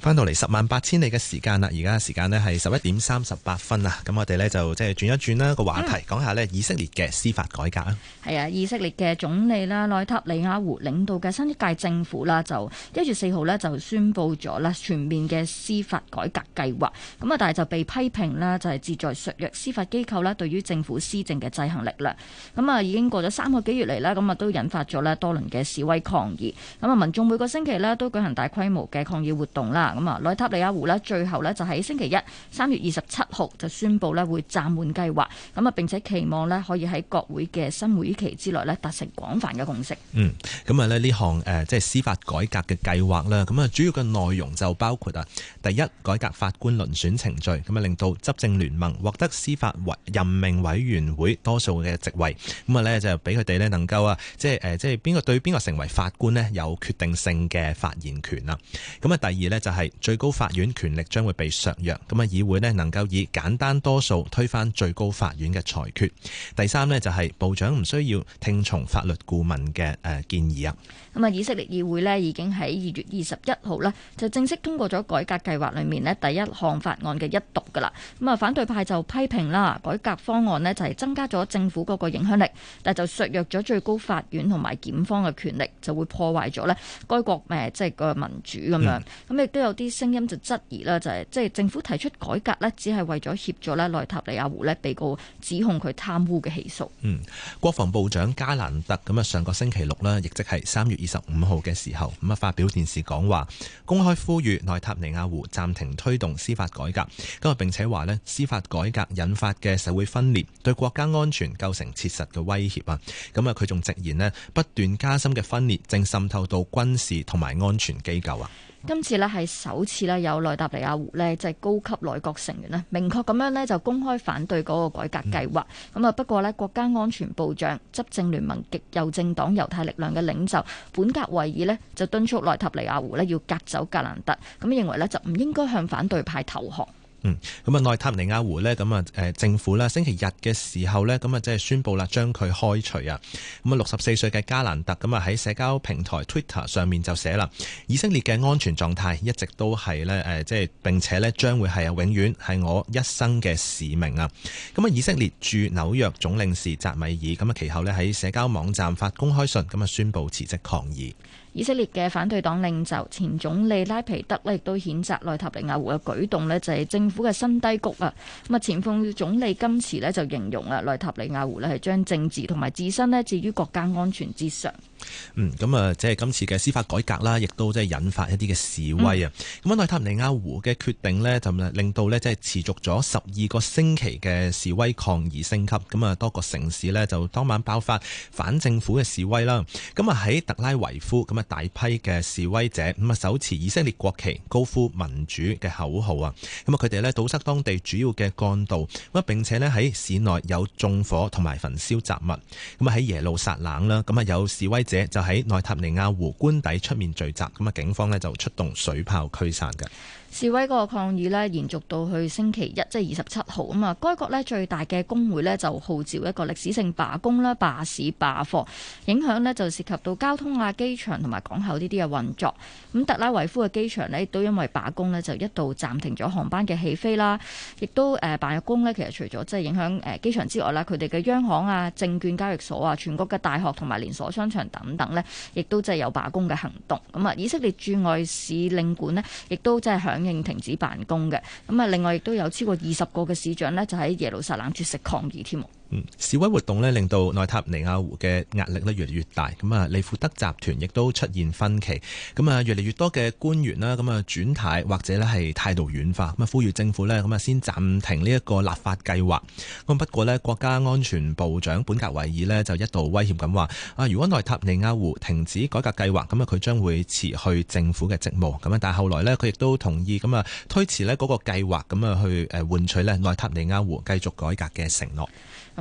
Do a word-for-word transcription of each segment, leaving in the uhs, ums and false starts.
翻到嚟十萬八千里嘅時間啦，而家嘅時間呢係十一點三十八分啊！咁我哋呢就即係轉一轉啦個話題，講、嗯、下呢以色列嘅司法改革啊。 係啊，以色列嘅總理啦內塔尼亞胡領導嘅新一屆政府啦，就一月四號呢就宣布咗啦全面嘅司法改革計劃。咁啊，但係就被批評啦，就係旨在削弱司法機構啦對於政府施政嘅制衡力量。咁啊，已經過咗三個幾月嚟啦，咁啊都引發咗呢多輪嘅示威抗議。咁啊，民眾每個星期呢都舉行大規模嘅抗議活動啦。咁啊，內塔尼亞胡呢最後呢就喺星期一三月二十七號就宣布呢會暫緩計劃。咁啊，並且期望呢可以喺國會嘅新會期之內呢達成廣泛嘅共識。 嗯，咁啊呢呢項誒即係司法改革嘅計劃啦。咁啊主要嘅內容就包括啊，第一，改革法官遴選程序，咁啊令到執政聯盟獲得司法委任命委員會多數嘅席位。咁啊呢就俾佢哋呢能夠啊即係誒即係邊個對邊個成為法官呢有決定性嘅發言權啦。咁啊第二呢就係最高法院權力將會被削弱，咁啊議會呢能夠以簡單多數推翻最高法院嘅裁決。第三呢就係部長唔需要聽從法律顧問嘅誒建議啊。 咁啊，以色列議會呢已經喺二月二十一號呢就正式通過咗改革計劃裏面呢第一項法案嘅一讀噶啦。咁啊，反對派就批評啦，改革方案呢就係增加咗政府嗰個影響力，但就削弱咗最高法院同埋檢方嘅權力，就會破壞咗呢該國誒即係個民主咁樣。咁亦都有啲聲音就質疑啦，就係即係政府提出改革呢，只係為咗協助呢內塔尼亞胡呢被告指控佢貪污嘅起訴。 嗯，國防部長加蘭特咁啊，上個星期六啦，亦即係三月二十五號嘅時候，咁啊發表電視講話，公開呼籲內塔尼亞胡暫停推動司法改革。咁啊並且話呢，司法改革引發嘅社會分裂，對國家安全構成切實嘅威脅啊。咁啊佢仲直言呢，不斷加深嘅分裂正滲透到軍事同埋安全機構啊。 今次呢係首次呢有內塔尼亞胡呢即係高級內閣成員呢明確咁樣呢就公開反對嗰個改革計劃。咁啊不過呢，國家安全部長執政聯盟極右政黨猶太力量嘅領袖本格維爾呢就敦促內塔尼亞胡呢要革走格蘭特，咁認為呢就唔應該向反對派投降。 嗯，咁啊內塔尼亞胡呢，咁啊誒政府啦，星期日嘅時候呢，咁啊即係宣布啦，將佢開除啊。咁啊六十四歲嘅加蘭特咁啊喺社交平台 Twitter 上面就寫啦，以色列嘅安全狀態一直都係呢，誒，即係並且呢將會係永遠係我一生嘅使命啊。咁啊以色列駐紐約總領事扎米爾咁啊其後呢喺社交網站發公開信，咁啊宣布辭職抗議。 以色列嘅反對黨領袖前總理拉皮德呢亦都譴責內塔尼亞胡嘅舉動呢就係政府嘅新低谷啊！咁啊前副總理金池呢就形容啊內塔尼亞胡呢係將政治同埋自身呢置於國家安全之上。 嗯，咁啊，即係今次嘅司法改革啦，亦都即係引發一啲嘅示威啊。咁啊、嗯，內塔尼亞胡嘅決定呢，就令到呢即係持續咗十二個星期嘅示威抗議升級。咁啊，多個城市呢，就當晚爆發反政府嘅示威啦。咁啊，喺特拉維夫咁啊，大批嘅示威者咁啊，手持以色列國旗，高呼民主嘅口號啊。咁啊，佢哋呢堵塞當地主要嘅幹道，咁啊，並且呢喺市內有縱火同埋焚燒雜物。咁啊，喺耶路撒冷啦，咁啊有示威者就喺內塔尼亞胡官邸出面聚集，咁啊警方呢就出動水炮驅散嘅。 示威嗰個抗議呢延續到去星期一，即係二十七號啊嘛。該國呢最大嘅工會呢就號召一個歷史性罷工啦、罷市、罷課，影響呢就涉及到交通啊、機場同埋港口呢啲嘅運作。咁特拉維夫嘅機場呢亦都因為罷工呢就一度暫停咗航班嘅起飛啦，亦都誒罷工呢其實除咗即係影響誒機場之外啦，佢哋嘅央行啊、證券交易所啊、全國嘅大學同埋連鎖商場等等呢，亦都即係有罷工嘅行動。咁啊，以色列駐外使領館呢亦都即係響應停止辦公嘅。咁啊，另外亦都有超過二十個嘅市長呢，就喺耶路撒冷絕食抗議添。 嗯，示威活動呢令到內塔尼亞胡嘅壓力呢越嚟越大，咁啊利庫德集團亦都出現分歧，咁啊越嚟越多嘅官員啦，咁啊轉態或者呢係態度軟化，咁啊呼籲政府呢咁啊先暫停呢一個立法計劃。咁不過呢，國家安全部長本格維爾呢就一度威脅咁話啊，如果內塔尼亞胡停止改革計劃，咁啊佢將會辭去政府嘅職務。咁啊但係後來呢，佢亦都同意咁啊推遲呢嗰個計劃，咁啊去誒換取呢內塔尼亞胡繼續改革嘅承諾。 咁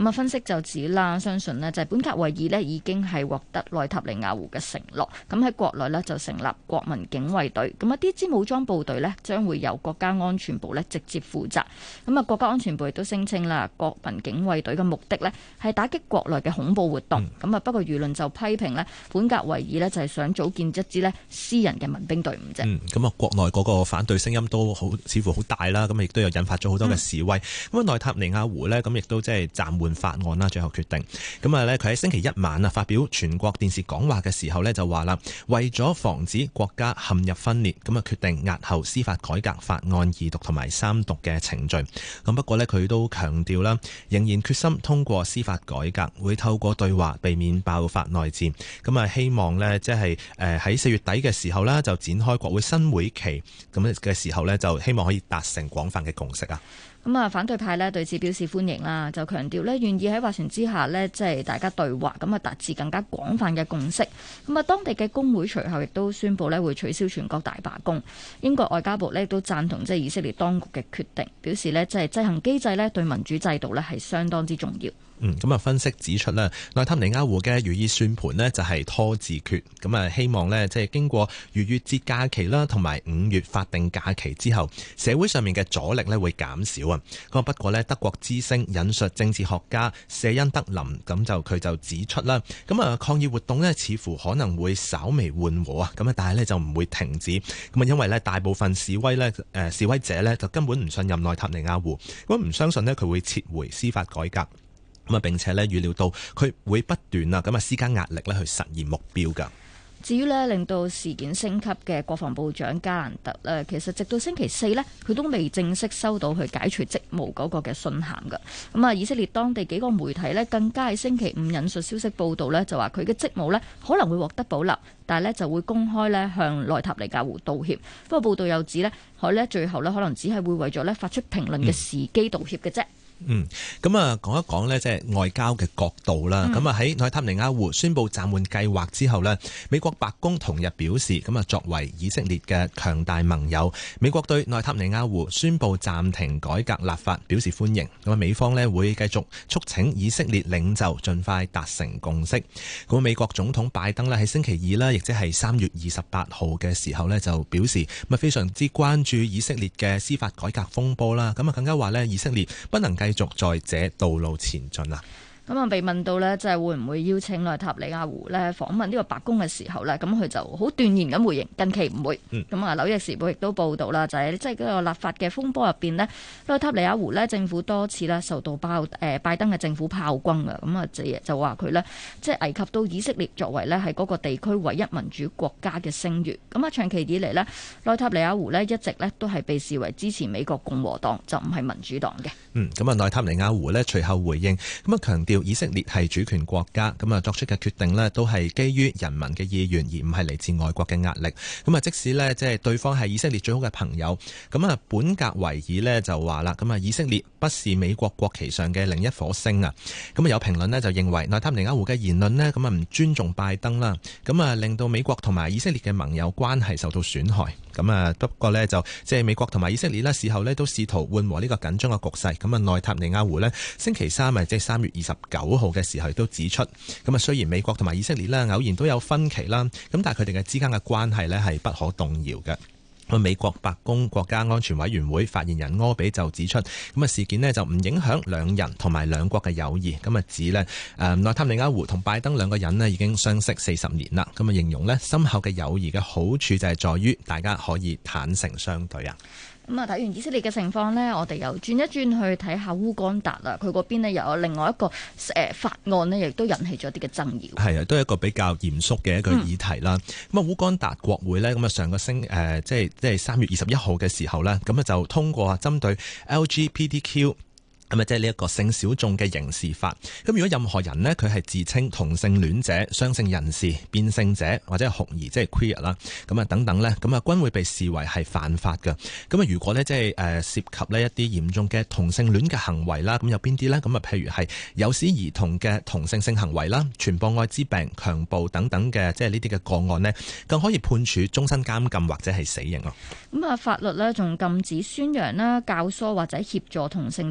咁啊分析就指啦，相信呢就係本格維爾呢已經係獲得內塔尼亞胡嘅承諾，咁喺國內呢就成立國民警衛隊，咁啊啲支武裝部隊呢將會由國家安全部呢直接負責。咁啊國家安全部亦都聲稱啦，國民警衛隊嘅目的呢係打擊國內嘅恐怖活動。咁啊、嗯、不過輿論就批評呢，本格維爾呢就係想組建一支呢私人嘅民兵隊伍啫。 咁啊、嗯、國內嗰個反對聲音都好似乎好大啦，咁亦都有引發咗好多嘅示威。咁啊內塔尼亞胡呢，咁亦都即係暫緩法案啦，最後決定。咁啊咧佢喺星期一晚啊發表全國電視講話嘅時候呢，就話啦，為咗防止國家陷入分裂，咁啊決定押後司法改革法案二讀同埋三讀嘅程序。咁不過呢，佢都強調啦，仍然決心通過司法改革，會透過對話避免爆發內戰。咁啊希望呢，即係誒喺四月底嘅時候呢，就展開國會新會期咁嘅時候呢，就希望可以達成廣泛嘅共識啊。 咁啊，反對派呢對此表示歡迎啦，就強調呢願意喺斡旋之下呢，即係大家對話，咁啊達至更加廣泛嘅共識。咁啊，當地嘅工會隨後亦都宣布呢會取消全國大罷工。英國外交部呢亦都贊同即係以色列當局嘅決定，表示呢即係制衡機制呢對民主制度呢係相當之重要。 嗯，咁啊分析指出咧，內塔尼亞胡嘅如意算盤呢就係拖字訣，咁啊希望呢，即係經過逾越節假期啦，同埋五月法定假期之後，社會上面嘅阻力呢會減少啊。咁啊不過呢，德國之聲引述政治學家謝恩德林，咁就佢就指出啦，咁啊抗議活動呢似乎可能會稍微緩和啊，咁啊但係呢就唔會停止，咁啊因為呢大部分示威呢誒示威者呢就根本唔信任內塔尼亞胡，咁唔相信呢佢會撤回司法改革。咁啊，並且咧預料到佢會不斷啊咁啊施加壓力咧去實現目標㗎。 至於咧令到事件升級嘅國防部長加蘭特咧，其實直到星期四咧，佢都未正式收到去解除職務嗰個嘅信函㗎。咁啊，以色列當地幾個媒體咧更加喺星期五引述消息報導咧，就話佢嘅職務咧可能會獲得保留，但係咧就會公開咧向內塔尼亞胡道歉。不過報導又指咧，佢咧最後咧可能只係會為咗咧發出評論嘅時機道歉嘅啫。 嗯，咁啊，講一講呢，即係外交嘅角度啦。咁啊、嗯，喺內塔尼亞胡宣布暫緩計劃之後呢，美國白宮同日表示，咁啊，作為以色列嘅強大盟友，美國對內塔尼亞胡宣布暫停改革立法表示歡迎。咁啊，美方呢會繼續促請以色列領袖盡快達成共識。咁美國總統拜登呢喺星期二啦，亦即係三月二十八號嘅時候呢，就表示咁啊，非常之關注以色列嘅司法改革風波啦。咁啊，更加話呢，以色列不能繼續在這道路前進啊！ 咁啊，被問到呢，即係會唔會邀請內塔尼亞胡呢訪問呢個白宮嘅時候呢，咁佢就好斷言咁回應，近期唔會。咁啊、嗯，紐約時報亦都報道啦，就係即係嗰個立法嘅風波入邊呢，內塔尼亞胡呢政府多次呢受到包誒拜登嘅政府炮轟啊！咁啊，就就話佢呢，即係危及到以色列作為呢係嗰個地區唯一民主國家嘅聲譽。咁啊，長期以嚟呢，內塔尼亞胡呢一直呢都係被視為支持美國共和黨，就唔係民主黨嘅。嗯， 咁啊，內塔尼亞胡呢隨後回應，咁啊強調以色列係主權國家，咁啊作出嘅決定呢都係基於人民嘅意願，而唔係嚟自外國嘅壓力。咁啊，即使呢，即係對方係以色列最好嘅朋友，咁啊本格維爾呢就話啦，咁啊以色列不是美國國旗上嘅另一顆星啊。咁啊有評論呢就認為內塔尼亞胡嘅言論呢，咁啊唔尊重拜登啦，咁啊令到美國同埋以色列嘅盟友關係受到損害。咁啊不過呢，就即係美國同埋以色列呢事後呢都試圖緩和呢個緊張嘅局勢。咁啊內塔尼亞胡呢星期三咪即係三月二十九號嘅時候都指出，咁啊雖然美國同埋以色列呢偶然都有分歧啦，咁但係佢哋嘅之間嘅關係呢係不可動搖嘅。咁美國白宮國家安全委員會發言人柯比就指出，咁啊事件呢就唔影響兩人同埋兩國嘅友誼。咁啊指呢誒內塔尼亞胡同拜登兩個人呢已經相識四十年啦。咁啊形容呢深厚嘅友誼嘅好處就係在於大家可以坦誠相對啊。 咁啊，睇完以色列嘅情況呢，我哋又轉一轉去睇下烏干達啦。佢嗰邊呢又有另外一個誒、呃、法案呢，亦都引起咗一啲嘅爭議。係啊，都係一個比較嚴肅嘅一個議題啦。咁啊、嗯，烏干達國會呢，咁啊上個星誒、呃、即係即係三月二十一號嘅時候呢，咁啊就通過針對 L G B T Q。咁啊，即係呢一個性小眾嘅刑事法。咁如果任何人呢，佢係自稱同性戀者、雙性人士、變性者或者係酷兒，即係 queer 啦，咁啊等等呢，咁啊均會被視為係犯法㗎。咁啊，如果呢，即係誒涉及呢一啲嚴重嘅同性戀嘅行為啦，咁有邊啲呢？咁啊，譬如係誘使兒童嘅同性性行為啦、傳播愛滋病、強暴等等嘅，即係呢啲嘅個案呢，更可以判處終身監禁或者係死刑咯。 咁啊，法律呢，仲禁止宣揚啦、教唆或者協助同性戀者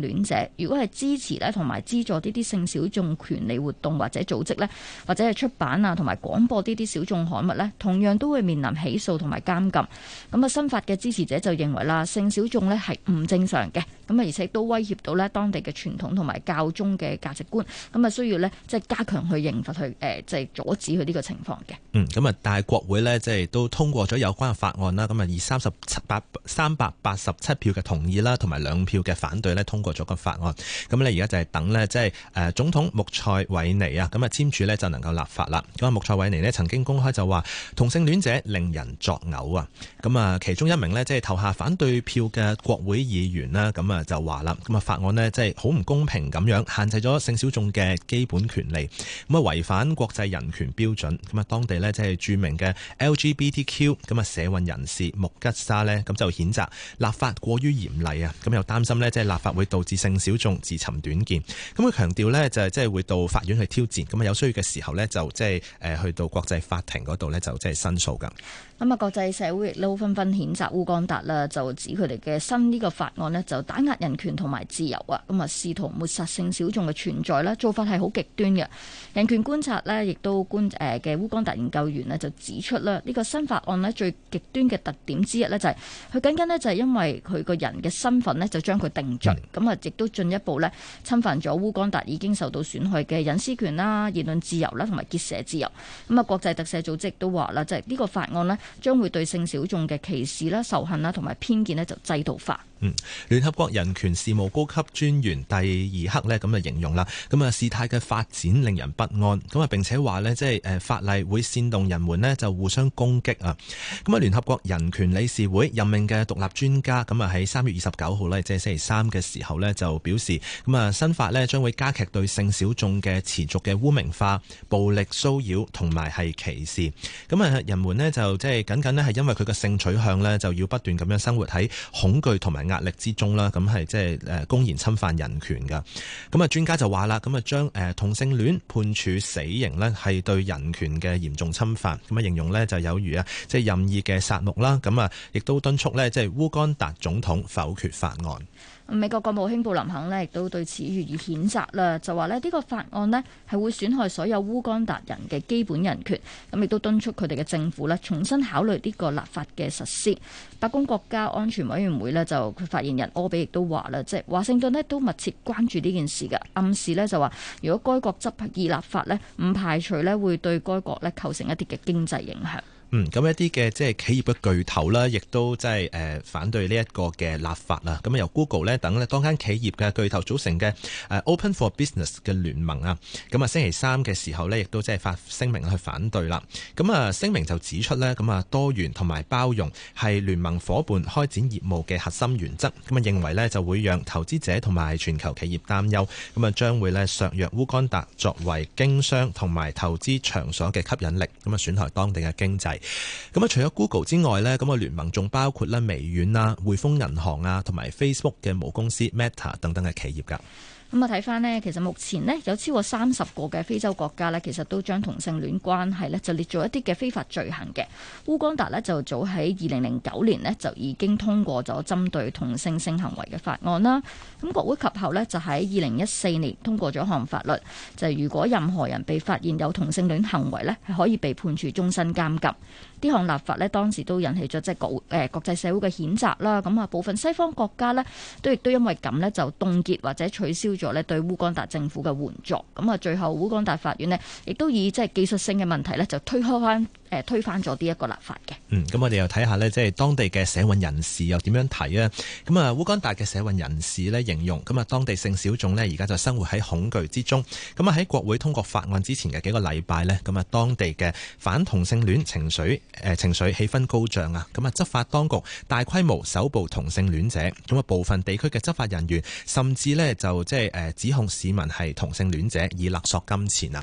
如果係支持咧同埋資助呢啲性小眾權利活動或者組織咧，或者係出版啊同埋廣播呢啲小眾刊物咧，同樣都會面臨起訴同埋監禁。咁啊，新法嘅支持者就認為啦，性小眾咧係唔正常嘅，咁啊而且都威脅到咧當地嘅傳統同埋教宗嘅價值觀，咁啊需要咧即係加強去刑罰去誒即係阻止佢呢個情況嘅。 嗯，咁啊，但係國會咧即係都通過咗有關嘅法案啦，咁啊以三十七百三百八十七票嘅同意啦，同埋兩票嘅反對咧通過咗個法案。咁咧而家就係等咧即係誒總統穆塞韋尼啊，咁啊簽署咧就能夠立法啦。咁啊穆塞韋尼咧曾經公開就話同性戀者令人作嘔啊。咁啊其中一名咧即係投下反對票嘅國會議員啦，咁啊就話啦，咁啊法案咧即係好唔公平咁樣限制咗性小眾嘅基本權利，咁啊違反國際人權標準。咁啊當地咧即係著名嘅 L G B T Q 咁啊社運人士穆吉沙咧咁就譴責立法過於嚴厲啊，咁又擔心咧即係立法會導致性小眾自尋短見。咁佢強調咧就係即係會到法院去挑戰，咁啊有需要嘅時候咧就即係誒去到國際法庭嗰度咧就即係申訴噶。 咁啊國際社會亦都紛紛譴責烏干達啦，就指佢哋嘅新呢個法案呢就打壓人權同埋自由啊，咁啊試圖抹殺性小眾嘅存在啦，做法係好極端嘅。人權觀察呢亦都觀誒嘅烏干達研究員呢就指出啦，呢個新法案呢最極端嘅特點之一呢就係佢僅僅呢就係因為佢個人嘅身份呢就將佢定罪，咁啊亦都進一步呢侵犯咗烏干達已經受到損害嘅隱私權啦、言論自由啦同埋結社自由。咁啊國際特赦組織亦都話啦，就係呢個法案呢將會對性小眾嘅歧視啦、仇恨啦同埋偏見呢就制度化。 嗯，聯合國人權事務高級專員蒂爾克呢咁就形容啦，咁啊事態嘅發展令人不安，咁啊並且話呢，即係誒法例會煽動人們呢就互相攻擊啊。咁啊聯合國人權理事會任命嘅獨立專家，咁啊喺三月二十九號呢，即係星期三嘅時候呢，就表示，咁啊新法呢將會加劇對性小眾嘅持續嘅污名化、暴力騷擾同埋係歧視。咁啊人們呢，就即係僅僅呢係因為佢嘅性取向呢，就要不斷咁樣生活喺恐懼同埋壓力之中啦，咁係即係誒公然侵犯人權噶。咁啊專家就話啦，咁啊將誒同性戀判處死刑呢係對人權嘅嚴重侵犯，咁啊形容呢就有如啊即係任意嘅殺戮啦。咁啊亦都敦促呢即係烏干達總統否決法案。 美國國務卿布林肯呢亦都對此予以譴責啦，就話呢呢個法案呢係會損害所有烏干達人嘅基本人權，咁亦都敦促佢哋嘅政府呢重新考慮呢個立法嘅實施。白宮國家安全委員會呢就佢發言人柯比亦都話啦，即係華盛頓呢都密切關注呢件事嘅，暗示呢就話如果該國執意立法呢，唔排除呢會對該國呢構成一啲嘅經濟影響。 嗯，咁一啲嘅即係企業嘅巨頭啦，亦都即係誒反對呢一個嘅立法啦。咁啊由 Google 咧等咧多間企業嘅巨頭組成嘅誒 Open for Business 嘅聯盟啊，咁啊星期三嘅時候咧，亦都即係發聲明去反對啦。咁啊聲明就指出咧，咁啊多元同埋包容係聯盟夥伴開展業務嘅核心原則。咁啊認為咧就會讓投資者同埋全球企業擔憂，咁啊將會咧削弱烏干達作為經商同埋投資場所嘅吸引力，咁啊損害當地嘅經濟。咁啊，除咗 Google 之外呢，咁啊聯盟仲包括咧微軟啊、匯豐銀行啊，同埋 Facebook 嘅母公司 Meta 等等嘅企業㗎。 咁啊睇翻呢，其實目前呢，有超過三十個嘅非洲國家呢，其實都將同性戀關係呢就列做一啲嘅非法罪行嘅。烏干達呢，就早喺二零零九年呢，就已經通過咗針對同性性行為嘅法案啦。咁國會及後呢，就喺二零一四年通過咗項法律，就係如果任何人被發現有同性戀行為呢，係可以被判處終身監禁。呢項立法呢，當時都引起咗即係國誒國際社會嘅譴責啦。咁啊部分西方國家呢，都亦都因為咁呢，就凍結或者取消咗呢對烏干達政府嘅援助。咁啊最後烏干達法院呢，亦都以即係技術性嘅問題呢，就推開翻誒推翻咗呢一個立法嘅。 嗯，咁我哋又睇下呢，即係當地嘅社運人士又點樣睇啊？咁啊烏干達嘅社運人士呢，形容咁啊當地性小眾呢，而家就生活喺恐懼之中。咁啊喺國會通過法案之前嘅幾個禮拜呢，咁啊當地嘅反同性戀情緒誒情緒氣氛高漲啊！咁啊，執法當局大規模搜捕同性戀者，咁啊部分地區嘅執法人員甚至呢就即係誒指控市民係同性戀者以勒索金錢啊！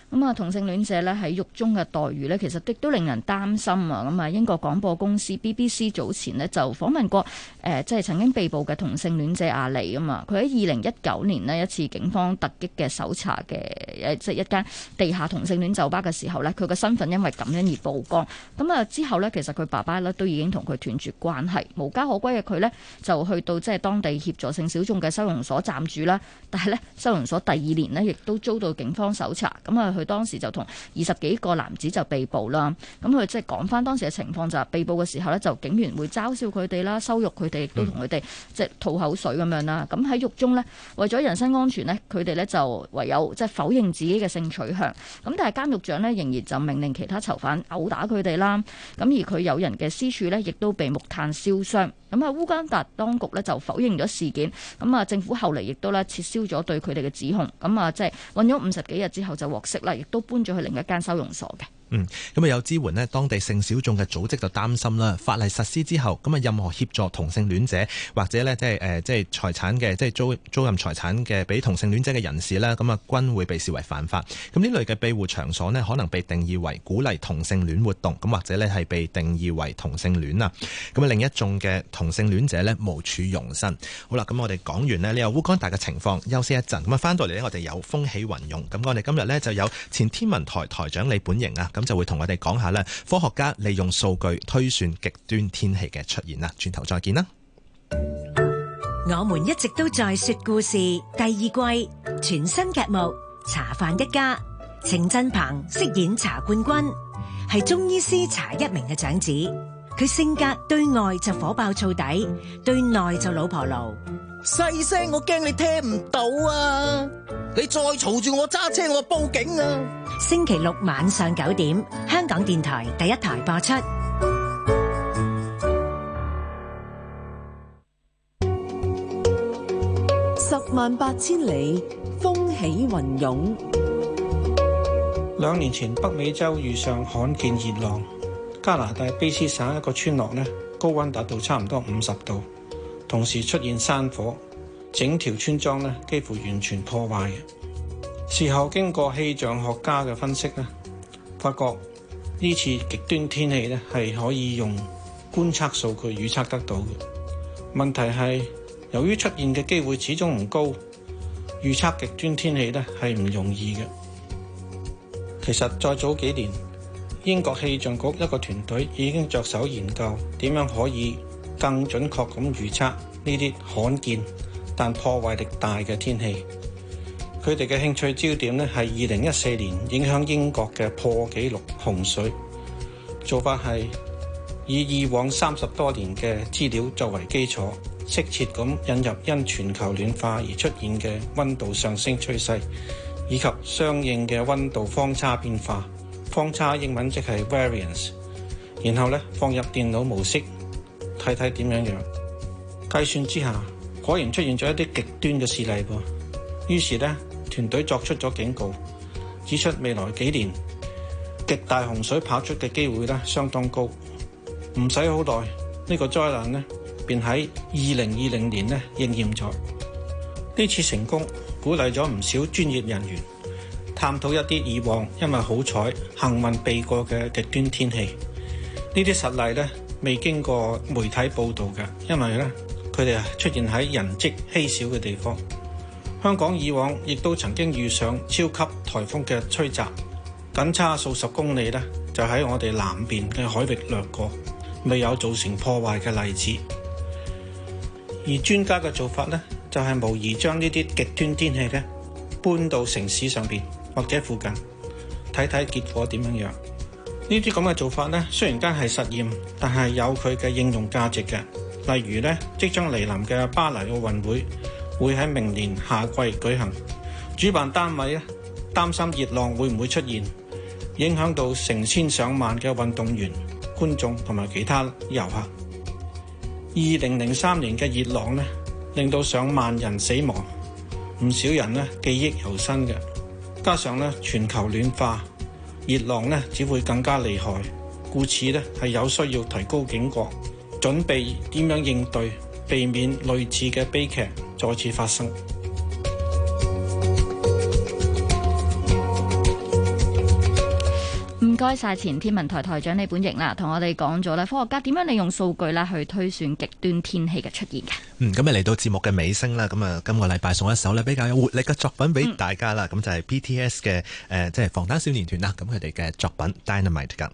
咁啊，同性戀者咧喺獄中嘅待遇咧，其實亦都令人擔心啊！咁啊，英國廣播公司 B B C 早前咧就訪問過誒、呃，即係曾經被捕嘅同性戀者阿里啊嘛。佢喺二零一九年呢一次警方突擊嘅搜查嘅誒，即係一間地下同性戀酒吧嘅時候咧，佢嘅身份因為咁樣而曝光。咁啊之後咧，其實佢爸爸咧都已經同佢斷絕關係，無家可歸嘅佢咧就去到即係當地協助性小眾嘅收容所暫住啦。但係咧，收容所第二年呢亦都遭到警方搜查。咁啊，佢當時就同二十幾個男子就被捕啦。咁佢即係講翻當時嘅情況，就係被捕嘅時候呢，就警員會嘲笑佢哋啦、羞辱佢哋，亦都同佢哋即係吐口水咁樣啦。咁喺獄中呢，為咗人身安全呢，佢哋呢就唯有即係否認自己嘅性取向。咁但係監獄長呢，仍然就命令其他囚犯毆打佢哋啦。咁而佢友人嘅私處呢，亦都被木炭燒傷。咁啊，烏干達當局呢就否認咗事件。咁啊，政府後嚟亦都咧撤銷咗對佢哋嘅指控。咁啊，即係韞咗五十幾日之後就獲釋啦，亦都搬咗去另一間收容所嘅。 嗯，咁啊有支援呢當地性小眾嘅組織就擔心啦，法例實施之後，咁啊任何協助同性戀者或者呢即係誒即係財產嘅即係租租賃財產嘅俾同性戀者嘅人士啦，咁啊均會被視為犯法。咁呢類嘅庇護場所呢，可能被定義為鼓勵同性戀活動，咁或者呢係被定義為同性戀啊。咁啊另一眾嘅同性戀者呢，無處容身。好啦，咁我哋講完呢呢個烏干達嘅情況，休息一陣，咁啊翻到嚟呢，我哋有風起雲湧。咁我哋今日呢，就有前天文台台長李本瀅啊。咁就會同我哋講下咧，科學家利用數據推算極端天氣嘅出現啦。轉頭再見啦！ 我們一直都在說故事第二季全新劇目《茶飯一家》，程振鵬飾演茶冠軍，係中醫師茶一名嘅長子。佢性格對外就火爆燥底，對內就老婆奴。 細聲，我驚你聽唔到啊！你再嘈住我揸車，我報警啊！ 星期六晚上九點，香港電台第一台播出。 十萬八千里，風起雲湧。 兩年前，北美洲遇上罕見熱浪，加拿大卑斯省一個村落呢，高溫達到差唔多五十度，同時出現山火，整條村莊呢幾乎完全破壞。事後經過氣象學家嘅分析呢，發覺呢次極端天氣呢係可以用觀測數據預測得到嘅。問題係由於出現嘅機會始終唔高，預測極端天氣呢係唔容易嘅。其實再早幾年，英國氣象局一個團隊已經着手研究點樣可以更準確咁預測呢啲罕見但破壞力大嘅天氣。佢哋嘅興趣焦點呢係二零一四年影響英國嘅破紀錄洪水。做法係以以往三十多年嘅資料作為基礎，適切咁引入因全球暖化而出現嘅溫度上升趨勢，以及相應嘅溫度方差變化。方差英文即係 variance。然後呢，放入電腦模式睇睇點樣樣。計算之下，果然出現咗一啲極端嘅事例噃。於是呢，團隊作出咗警告，指出未來幾年極大洪水跑出嘅機會呢相當高。唔使好耐，呢個災難呢便喺二零二零年呢應驗咗。呢次成功鼓勵咗唔少專業人員探討一啲以往因為好彩幸運避過嘅極端天氣。呢啲實例呢未經過媒體報導嘅，因為呢佢哋出現喺人跡稀少嘅地方。香港以往亦都曾經遇上超級颱風嘅吹襲，僅差數十公里呢，就喺我哋南邊嘅海域掠過，未有造成破壞嘅例子。而專家嘅做法呢，就係無疑將呢啲極端天氣呢搬到城市上邊或者附近，睇睇結果點樣樣。呢啲咁嘅做法呢，雖然間係實驗，但係有佢嘅應用價值嘅。例如呢，即將嚟臨嘅巴黎奧運會會喺明年夏季舉行，主辦單位咧擔心熱浪會唔會出現，影響到成千上萬嘅運動員、觀眾同埋其他遊客。二零零三年嘅熱浪咧，令到上萬人死亡，唔少人咧記憶猶新嘅。加上咧全球暖化，熱浪咧只會更加厲害，故此咧係有需要提高警覺，準備點樣應對，避免類似嘅悲劇再次發生。 該晒前天文台台長李本瀅啦，同我哋講咗咧科學家點樣利用數據咧去推算極端天氣嘅出現嘅。 嗯，咁啊嚟到節目嘅尾聲啦，咁啊今個禮拜送一首咧比較有活力嘅作品俾大家啦，咁、嗯、就係 B T S 嘅誒即係防彈少年團啦，咁佢哋嘅作品 Dynamite 噶。